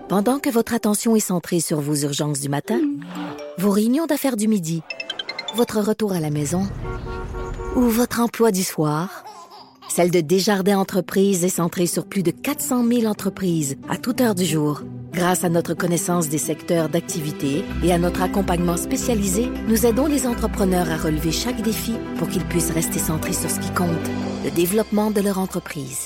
Pendant que votre attention est centrée sur vos urgences du matin, vos réunions d'affaires du midi, votre retour à la maison ou votre emploi du soir, celle de Desjardins Entreprises est centrée sur plus de 400 000 entreprises à toute heure du jour. Grâce à notre connaissance des secteurs d'activité et à notre accompagnement spécialisé, nous aidons les entrepreneurs à relever chaque défi pour qu'ils puissent rester centrés sur ce qui compte, le développement de leur entreprise.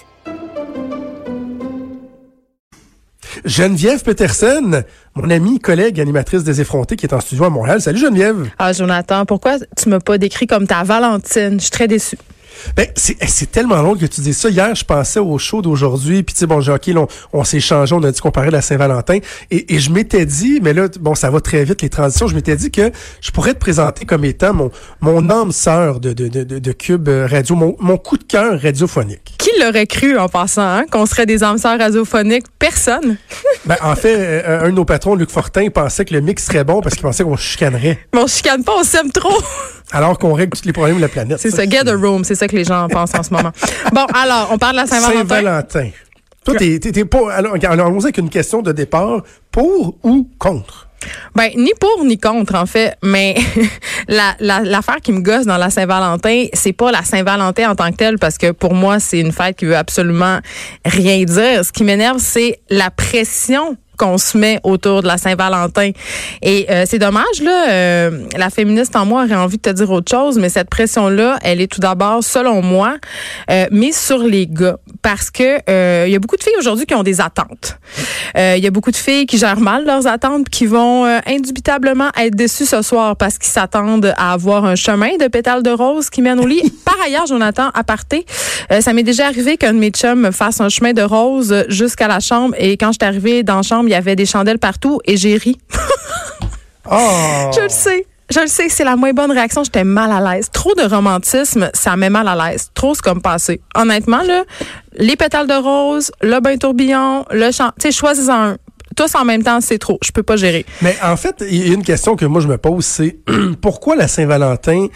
Geneviève Peterson, mon amie, collègue, animatrice des Effrontés qui est en studio à Montréal. Salut Geneviève. Ah, Jonathan, pourquoi tu m'as pas décrit comme ta Valentine? Je suis très déçue. Ben, c'est tellement long que tu dis ça. Hier, je pensais au show d'aujourd'hui, puis tu sais, bon, Jackie, on s'est changé, on a dit qu'on parlait de la Saint-Valentin, et je m'étais dit, mais là, bon, ça va très vite, les transitions, je m'étais dit que je pourrais te présenter comme étant mon âme sœur de Cube Radio, mon coup de cœur radiophonique. Qui l'aurait cru en passant, hein, qu'on serait des âmes sœurs radiophoniques? Personne. Ben, en fait, un de nos patrons, Luc Fortin, pensait que le mix serait bon parce qu'il pensait qu'on chicanerait. Mais on chicane pas, on s'aime trop. Alors qu'on règle tous les problèmes de la planète. C'est ça, get a room, c'est ça que les gens pensent en ce moment. Bon, alors, on parle de la Saint-Valentin. Saint-Valentin. Toi, t'es pas... Alors, on avec une question de départ, pour ou contre? Ben, ni pour ni contre, en fait. Mais l'affaire qui me gosse dans la Saint-Valentin, c'est pas la Saint-Valentin en tant que telle, parce que pour moi, c'est une fête qui veut absolument rien dire. Ce qui m'énerve, c'est la pression qu'on se met autour de la Saint-Valentin. Et c'est dommage, là, la féministe en moi aurait envie de te dire autre chose, mais cette pression-là, elle est tout d'abord, selon moi, mise sur les gars. Parce que il y a beaucoup de filles aujourd'hui qui ont des attentes. Il y a beaucoup de filles qui gèrent mal leurs attentes, qui vont indubitablement être déçues ce soir parce qu'ils s'attendent à avoir un chemin de pétales de rose qui mène au lit. Par ailleurs, Jonathan, aparté, ça m'est déjà arrivé qu'un de mes chums me fasse un chemin de rose jusqu'à la chambre, et quand j'étais arrivée dans la chambre, il y avait des chandelles partout et j'ai ri. Oh. Je le sais, c'est la moins bonne réaction. J'étais mal à l'aise. Trop de romantisme, ça met mal à l'aise. Trop, c'est comme passé. Honnêtement, là, les pétales de rose, le bain tourbillon, le chant, tu sais, choisis-en un. Tous en même temps, c'est trop. Je peux pas gérer. Mais en fait, il y a une question que moi je me pose, c'est pourquoi la Saint-Valentin,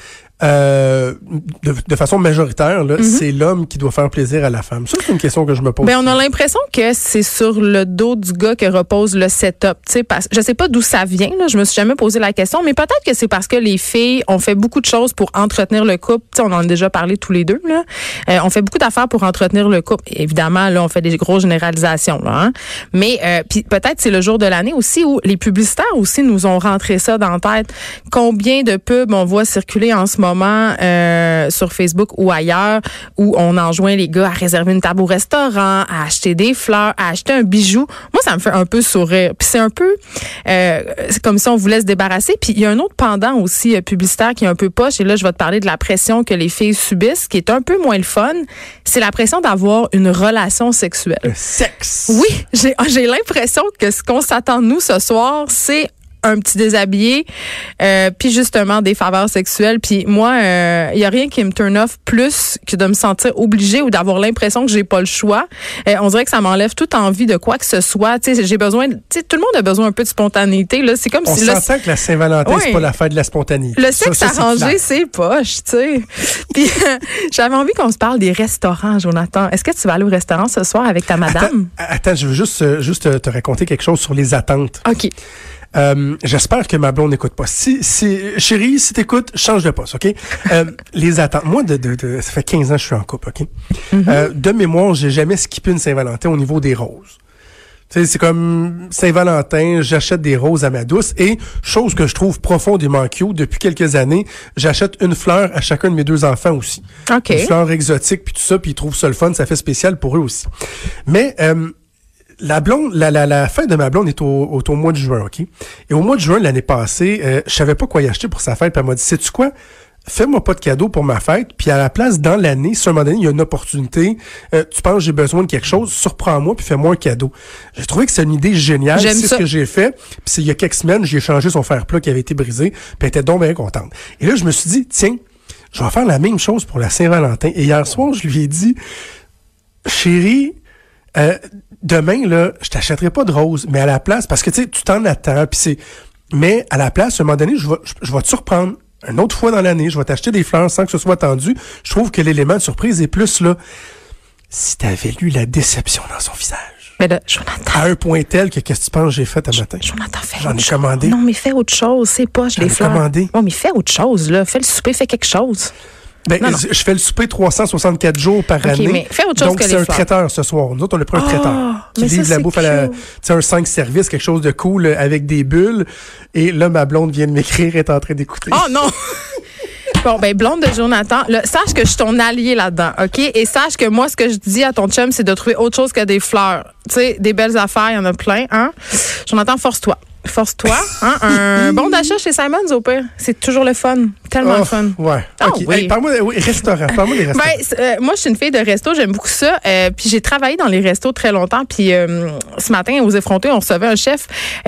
de façon majoritaire, là, c'est l'homme qui doit faire plaisir à la femme. Ça, c'est une question que je me pose. Ben, on a l'impression que c'est sur le dos du gars que repose le setup. Tu sais, je sais pas d'où ça vient, là. Je me suis jamais posé la question, mais peut-être que c'est parce que les filles ont fait beaucoup de choses pour entretenir le couple. Tu sais, on en a déjà parlé tous les deux, là. On fait beaucoup d'affaires pour entretenir le couple. Évidemment, là, on fait des grosses généralisations, là, hein. Mais, puis peut-être c'est le jour de l'année aussi où les publicitaires aussi nous ont rentré ça dans la tête. Combien de pubs on voit circuler en ce moment sur Facebook ou ailleurs, où on enjoint les gars à réserver une table au restaurant, à acheter des fleurs, à acheter un bijou. Moi, ça me fait un peu sourire. Puis c'est un peu c'est comme si on voulait se débarrasser. Puis il y a un autre pendant aussi publicitaire qui est un peu poche, et là, je vais te parler de la pression que les filles subissent, qui est un peu moins le fun. C'est la pression d'avoir une relation sexuelle. Le sexe! Oui, j'ai l'impression que ce qu'on s'attend de nous ce soir, c'est un petit déshabillé, puis justement des faveurs sexuelles. Puis moi, il y a rien qui me turn off plus que de me sentir obligée ou d'avoir l'impression que j'ai pas le choix. On dirait que ça m'enlève toute envie de quoi que ce soit. Tu sais, j'ai besoin, tu sais, tout le monde a besoin un peu de spontanéité. Là, c'est comme on si s'entend que la Saint-Valentin, c'est pas la fête de la spontanéité. Le sexe arrangé, c'est poche, tu sais. Puis j'avais envie qu'on se parle des restaurants, Jonathan. Est-ce que tu vas aller au restaurant ce soir avec ta madame? Attends, je veux juste te raconter quelque chose sur les attentes. OK. J'espère que ma blonde n'écoute pas. Chérie, si t'écoutes, change de poste, OK? Les attentes. Moi, ça fait 15 ans que je suis en couple, OK? De mémoire, j'ai jamais skippé une Saint-Valentin au niveau des roses. Tu sais, c'est comme Saint-Valentin, j'achète des roses à ma douce, et chose que je trouve profondément cute, depuis quelques années, j'achète une fleur à chacun de mes deux enfants aussi. OK. Une fleur exotique, puis tout ça, puis ils trouvent ça le fun, ça fait spécial pour eux aussi. Mais la fête de ma blonde est au mois de juin, OK? Et au mois de juin, l'année passée, je savais pas quoi y acheter pour sa fête, puis elle m'a dit, sais-tu quoi? Fais-moi pas de cadeau pour ma fête, puis à la place, dans l'année, si à un moment donné, il y a une opportunité, tu penses que j'ai besoin de quelque chose, surprends-moi, puis fais-moi un cadeau. J'ai trouvé que c'est une idée géniale. J'aime c'est ça. ce que j'ai fait. Puis il y a quelques semaines, j'ai changé son fer-plat qui avait été brisé, puis elle était donc bien contente. Et là, je me suis dit, tiens, je vais faire la même chose pour la Saint-Valentin. Et hier soir, je lui ai dit, chérie, demain, là, je t'achèterai pas de roses, mais à la place, parce que tu sais, tu t'en attends, mais à la place, à un moment donné, je vais te surprendre. Une autre fois dans l'année, je vais t'acheter des fleurs sans que ce soit attendu. Je trouve que l'élément de surprise est plus là. Si t'avais lu la déception dans son visage. Mais là, Jonathan. À un point tel que qu'est-ce que tu penses que j'ai fait un matin? Jonathan, fais J'en autre ai chose. commandé. Non, mais fais autre chose. C'est pas, je les fleurs. commandé. Oh, mais fais autre chose, là. Fais le souper, fais quelque chose. Ben, Non. je fais le souper 364 jours par année. Mais fais autre chose donc, que c'est les un fleurs. traiteur ce soir. Nous autres, on a pris un traiteur qui mais ça, livre la c'est bouffe à la, cute. tu sais, un 5 services, quelque chose de cool avec des bulles. Et là, ma blonde vient de m'écrire, est en train d'écouter. Oh non! Bon, ben, blonde de Jonathan, là, sache que je suis ton allié là-dedans, OK? Et sache que moi, ce que je dis à ton chum, c'est de trouver autre chose que des fleurs. Tu sais, des belles affaires, il y en a plein, hein? Jonathan, force-toi. Force-toi, hein? Un bon d'achat chez Simons, au pire. C'est toujours le fun. Tellement le fun. Ouais. Ah, OK. oui. Hey, parle-moi, restaurant. Parle-moi des restaurants. Ben, moi, je suis une fille de resto, j'aime beaucoup ça. Puis j'ai travaillé dans les restos très longtemps. Puis ce matin, aux effrontés, on recevait un chef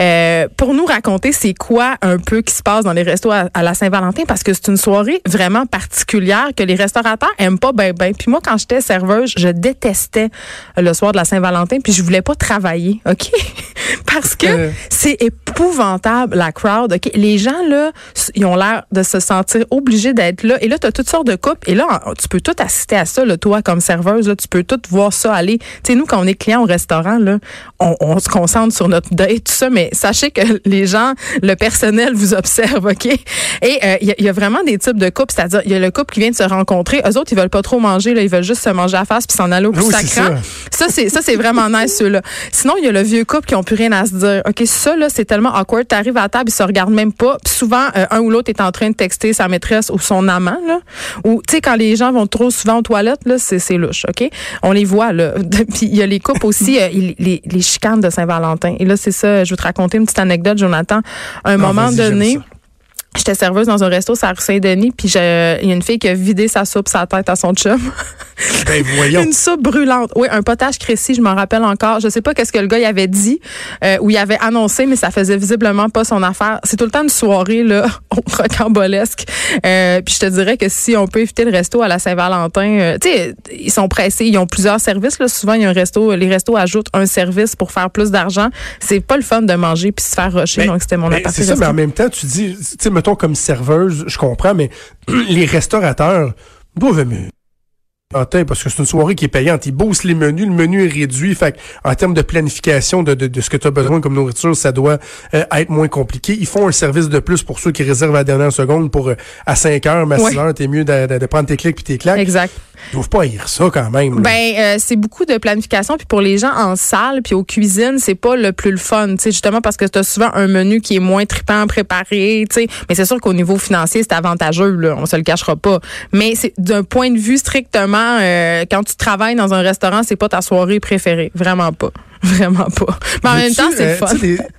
pour nous raconter c'est quoi un peu qui se passe dans les restos à la Saint-Valentin, parce que c'est une soirée vraiment particulière que les restaurateurs aiment pas ben. Puis moi, quand j'étais serveuse, je détestais le soir de la Saint-Valentin, puis je voulais pas travailler, OK? Parce que c'est épouvantable, la crowd. OK? Les gens, là, ils ont l'air de se sentir obligés d'être là. Et là, tu as toutes sortes de couples. Et là, tu peux tout assister à ça, là, toi, comme serveuse. Là, tu peux tout voir ça aller. Tu sais, nous, quand on est client au restaurant, là, on se concentre sur notre date, tout ça. Mais sachez que les gens, le personnel vous observe, OK? Et il y a vraiment des types de couples. C'est-à-dire, il y a le couple qui vient de se rencontrer. Eux autres, ils veulent pas trop manger. Là, ils veulent juste se manger à face puis s'en aller au plus sacrant. Ça, c'est vraiment nice, ceux-là. Sinon, il y a le vieux couple qui ont plus rien à se dire. OK, ça, là, c'est tellement awkward. T'arrives à la table, ils se regardent même pas. Puis souvent, un ou l'autre est en train de texter sa maîtresse ou son amant, là. Ou, tu sais, quand les gens vont trop souvent aux toilettes, là, c'est louche, OK? On les voit, là. Puis il y a les couples aussi, les chicanes de Saint-Valentin. Et là, c'est ça, je vais te raconter une petite anecdote, Jonathan. À un moment donné, j'étais serveuse dans un resto sur la rue Saint-Denis, puis il y a une fille qui a vidé sa soupe sa tête à son chum. Ben voyons. Une soupe brûlante. Oui, un potage Crécy, je m'en rappelle encore. Je sais pas qu'est-ce que le gars y avait dit ou il avait annoncé, mais ça faisait visiblement pas son affaire. C'est tout le temps une soirée là, rocambolesque. Puis je te dirais que si on peut éviter le resto à la Saint-Valentin, tu sais, ils sont pressés, ils ont plusieurs services là. Souvent il y a un resto, les restos ajoutent un service pour faire plus d'argent. C'est pas le fun de manger puis se faire rusher. Donc c'était mon aparté. C'est ça, mais en même temps, tu dis, tu sais, mettons comme serveuse, je comprends, mais les restaurateurs doivent aimer. Parce que c'est une soirée qui est payante. Ils boostent les menus. Le menu est réduit. Fait en termes de planification de ce que tu as besoin comme nourriture, ça doit être moins compliqué. Ils font un service de plus pour ceux qui réservent à la dernière seconde pour à 5 heures, mais à 6 heures, t'es mieux de prendre tes clics puis tes claques. Exact. Ils doivent pas haïr ça quand même. Là. Ben c'est beaucoup de planification, puis pour les gens en salle puis aux cuisines, c'est pas le plus le fun, tu sais, justement parce que tu as souvent un menu qui est moins trippant préparé, tu sais, mais c'est sûr qu'au niveau financier, c'est avantageux là, on se le cachera pas. Mais c'est d'un point de vue strictement quand tu travailles dans un restaurant, c'est pas ta soirée préférée, vraiment pas. Vraiment pas. Mais en même temps, c'est fun.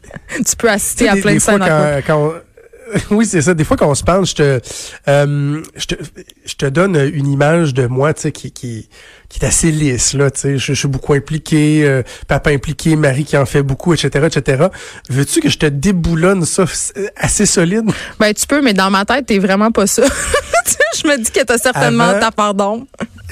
Tu peux assister à plein de scènes oui, c'est ça. Des fois, quand on se parle, je te donne une image de moi, tu sais, qui est assez lisse, là, tu sais. Je suis beaucoup impliqué, papa impliqué, Marie qui en fait beaucoup, etc., etc. Veux-tu que je te déboulonne ça assez solide? Ben, tu peux, mais dans ma tête, t'es vraiment pas ça. Je me dis que t'as certainement ta part d'ombre.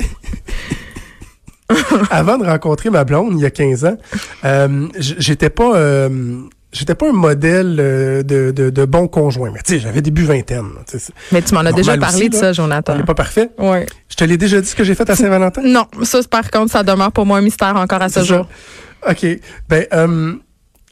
Avant de rencontrer ma blonde, il y a 15 ans, j'étais pas un modèle de bon conjoint. Mais tu sais, j'avais début vingtaine. Mais tu m'en as déjà parlé aussi, de ça, Jonathan. On n'est pas parfait? Oui. Je te l'ai déjà dit ce que j'ai fait à Saint-Valentin? Non, ça, par contre, ça demeure pour moi un mystère encore à ce jour. OK. Ben,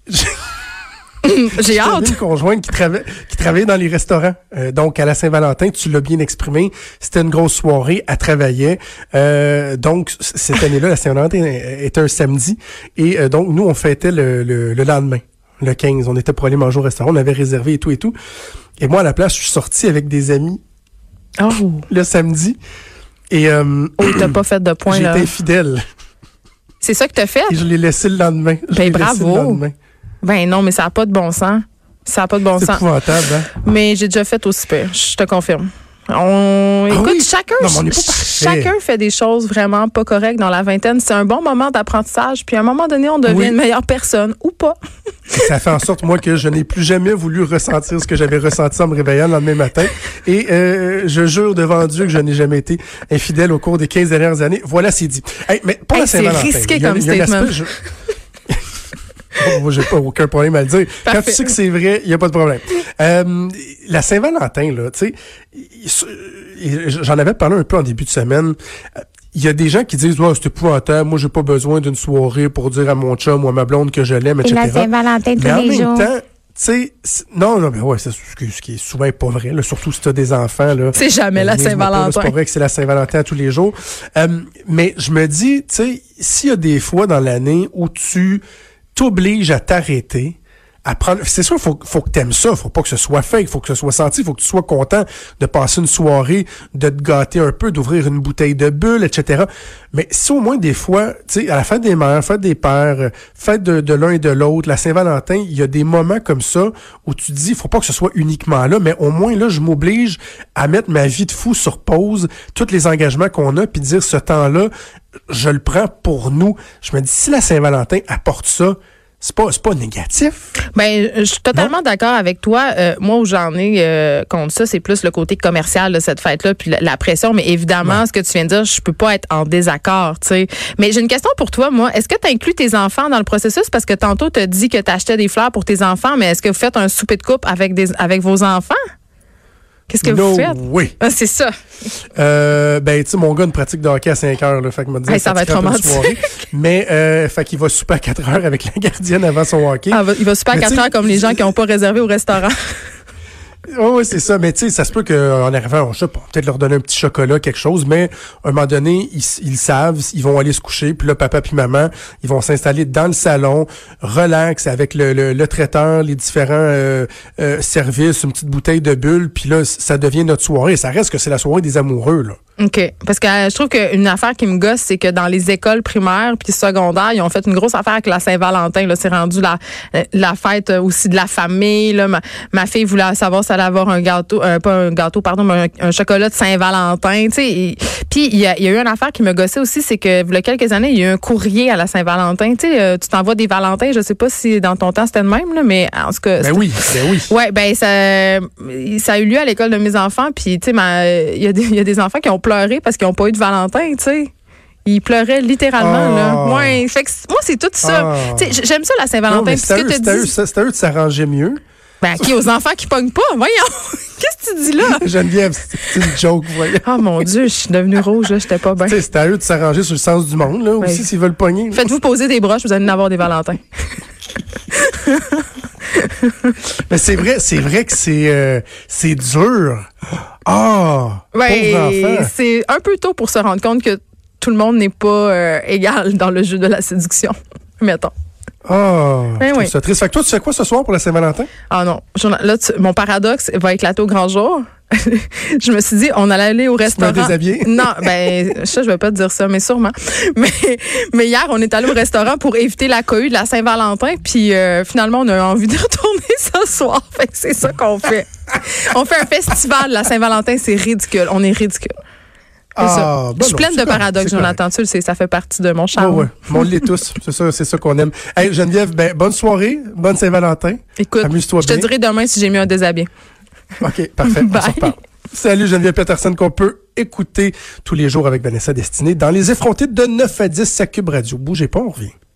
j'ai hâte. Une conjointe qui travaillait dans les restaurants. Donc, à la Saint-Valentin, tu l'as bien exprimé, c'était une grosse soirée, elle travaillait. Donc, cette année-là, la Saint-Valentin était un samedi. Et donc, nous, on fêtait le lendemain, le 15. On était pour aller manger au restaurant, on avait réservé et tout et tout. Et moi, à la place, je suis sorti avec des amis le samedi. Et t'as pas fait de point, là. J'étais infidèle. C'est ça que t'as fait? Et je l'ai laissé le lendemain. Ben, bravo. Ben non, mais ça n'a pas de bon sens. Ça n'a pas de bon sens. C'est épouvantable, hein? Mais j'ai déjà fait aussi pire, je te confirme. Écoute, oui? chacun fait des choses vraiment pas correctes dans la vingtaine. C'est un bon moment d'apprentissage, puis à un moment donné, on devient une meilleure personne, ou pas. Ça fait en sorte, moi, que je n'ai plus jamais voulu ressentir ce que j'avais ressenti en me réveillant le lendemain matin. Et je jure devant Dieu que je n'ai jamais été infidèle au cours des 15 dernières années. Voilà, c'est dit. Hey, mais pour la Saint-Valentin, c'est risqué comme statement. Moi, j'ai pas aucun problème à le dire. Parfait. Quand tu sais que c'est vrai, il n'y a pas de problème. La Saint-Valentin, là, tu sais, j'en avais parlé un peu en début de semaine. il y a des gens qui disent, c'est épouvantable, moi j'ai pas besoin d'une soirée pour dire à mon chum ou à ma blonde que je l'aime, etc. Et la Saint-Valentin tous les jours. Mais en même temps, tu sais, non, mais ouais, c'est ce qui est souvent pas vrai, là, surtout si t'as des enfants, là. C'est jamais la Saint-Valentin. C'est pas vrai que c'est la Saint-Valentin à tous les jours. Mais je me dis, tu sais, s'il y a des fois dans l'année où tu t'obliges à t'arrêter, à prendre, c'est sûr, faut que t'aimes ça, faut pas que ce soit fake, faut que ce soit senti, faut que tu sois content de passer une soirée, de te gâter un peu, d'ouvrir une bouteille de bulle, etc. Mais si au moins des fois, tu sais, à la fête des mères, fête des pères, fête de l'un et de l'autre, la Saint-Valentin, il y a des moments comme ça où tu te dis, faut pas que ce soit uniquement là, mais au moins là, je m'oblige à mettre ma vie de fou sur pause, tous les engagements qu'on a, puis dire ce temps-là, je le prends pour nous. Je me dis, si la Saint-Valentin apporte ça, c'est pas négatif. Ben, je suis totalement d'accord avec toi. Moi, où j'en ai contre ça, c'est plus le côté commercial de cette fête-là, puis la pression. Mais évidemment, ce que tu viens de dire, je peux pas être en désaccord, tu sais. Mais j'ai une question pour toi, moi. Est-ce que tu inclus tes enfants dans le processus? Parce que tantôt, tu as dit que tu achetais des fleurs pour tes enfants, mais est-ce que vous faites un souper de couple avec vos enfants? Qu'est-ce que vous faites? Oui. Ah, c'est ça. Ben, tu sais, mon gars une pratique de hockey à 5 heures, là. Fait que m'a dit, ça va être romantique. Mais, fait qu'il va souper à 4 heures avec la gardienne avant son hockey. Il va souper à 4 heures comme les gens qui n'ont pas réservé au restaurant. Oui, c'est ça. Mais tu sais, ça se peut qu'en arrivant, je sais pas, peut-être leur donner un petit chocolat, quelque chose, mais à un moment donné, ils savent, ils vont aller se coucher, puis là, papa puis maman, ils vont s'installer dans le salon, relax, avec le traiteur, les différents services, une petite bouteille de bulle, puis là, ça devient notre soirée. Ça reste que c'est la soirée des amoureux, là. OK. Parce que je trouve qu'une affaire qui me gosse, c'est que dans les écoles primaires puis secondaires, ils ont fait une grosse affaire avec la Saint-Valentin. Là, c'est rendu la fête aussi de la famille. Là, ma fille voulait savoir si elle allait avoir un gâteau, pas un gâteau, pardon, mais un chocolat de Saint-Valentin. Tu sais. Puis il y a eu une affaire qui me gossait aussi, c'est que il y a quelques années, il y a eu un courrier à la Saint-Valentin. Tu sais, tu t'envoies des Valentins. Je sais pas si dans ton temps c'était le même, là, mais en tout cas. Ben oui. Ouais, ben ça a eu lieu à l'école de mes enfants. Puis tu sais, il y a des enfants qui ont pleuré parce qu'ils n'ont pas eu de Valentin, tu sais. Ils pleuraient littéralement, là. Ouais, fait que moi, c'est tout ça. Tu sais, j'aime ça, la Saint-Valentin. C'était à eux de s'arranger mieux. Ben, qui aux enfants qui pognent pas? Voyons! Qu'est-ce que tu dis là? Geneviève, c'est une joke, voyons. Oh mon Dieu, je suis devenue rouge, là, j'étais pas bien. C'était à eux de s'arranger sur le sens du monde, là, aussi, s'ils veulent pogner. Faites-vous poser des broches, vous allez en avoir des Valentins. Mais c'est vrai que c'est dur. Pauvres enfants. C'est un peu tôt pour se rendre compte que tout le monde n'est pas égal dans le jeu de la séduction. Mettons. C'est ça triste. Fait que toi, tu fais quoi ce soir pour la Saint-Valentin? Ah non. Là, mon paradoxe va éclater au grand jour. Je me suis dit, on allait aller au restaurant. Tu m'as déshabillé? Non, ben, ça, je vais pas te dire ça, mais sûrement. Mais hier, on est allé au restaurant pour éviter la cohue de la Saint-Valentin, puis finalement, on a envie de retourner ce soir. Fait que c'est ça qu'on fait. On fait un festival de la Saint-Valentin, c'est ridicule. On est ridicule. Je suis pleine de paradoxes, Jonathan. Tu le sais, ça fait partie de mon charme. Ouais. On l'est tous. C'est ça qu'on aime. Hey, Geneviève, bonne soirée, bonne Saint-Valentin. Écoute, amuse-toi bien. Je te dirai demain si j'ai mis un déshabillé. OK, parfait. Bye. On se reparle. Salut Geneviève Peterson qu'on peut écouter tous les jours avec Vanessa Destinée dans Les Effrontés de 9 à 10 à Cube Radio. Bougez pas, on revient.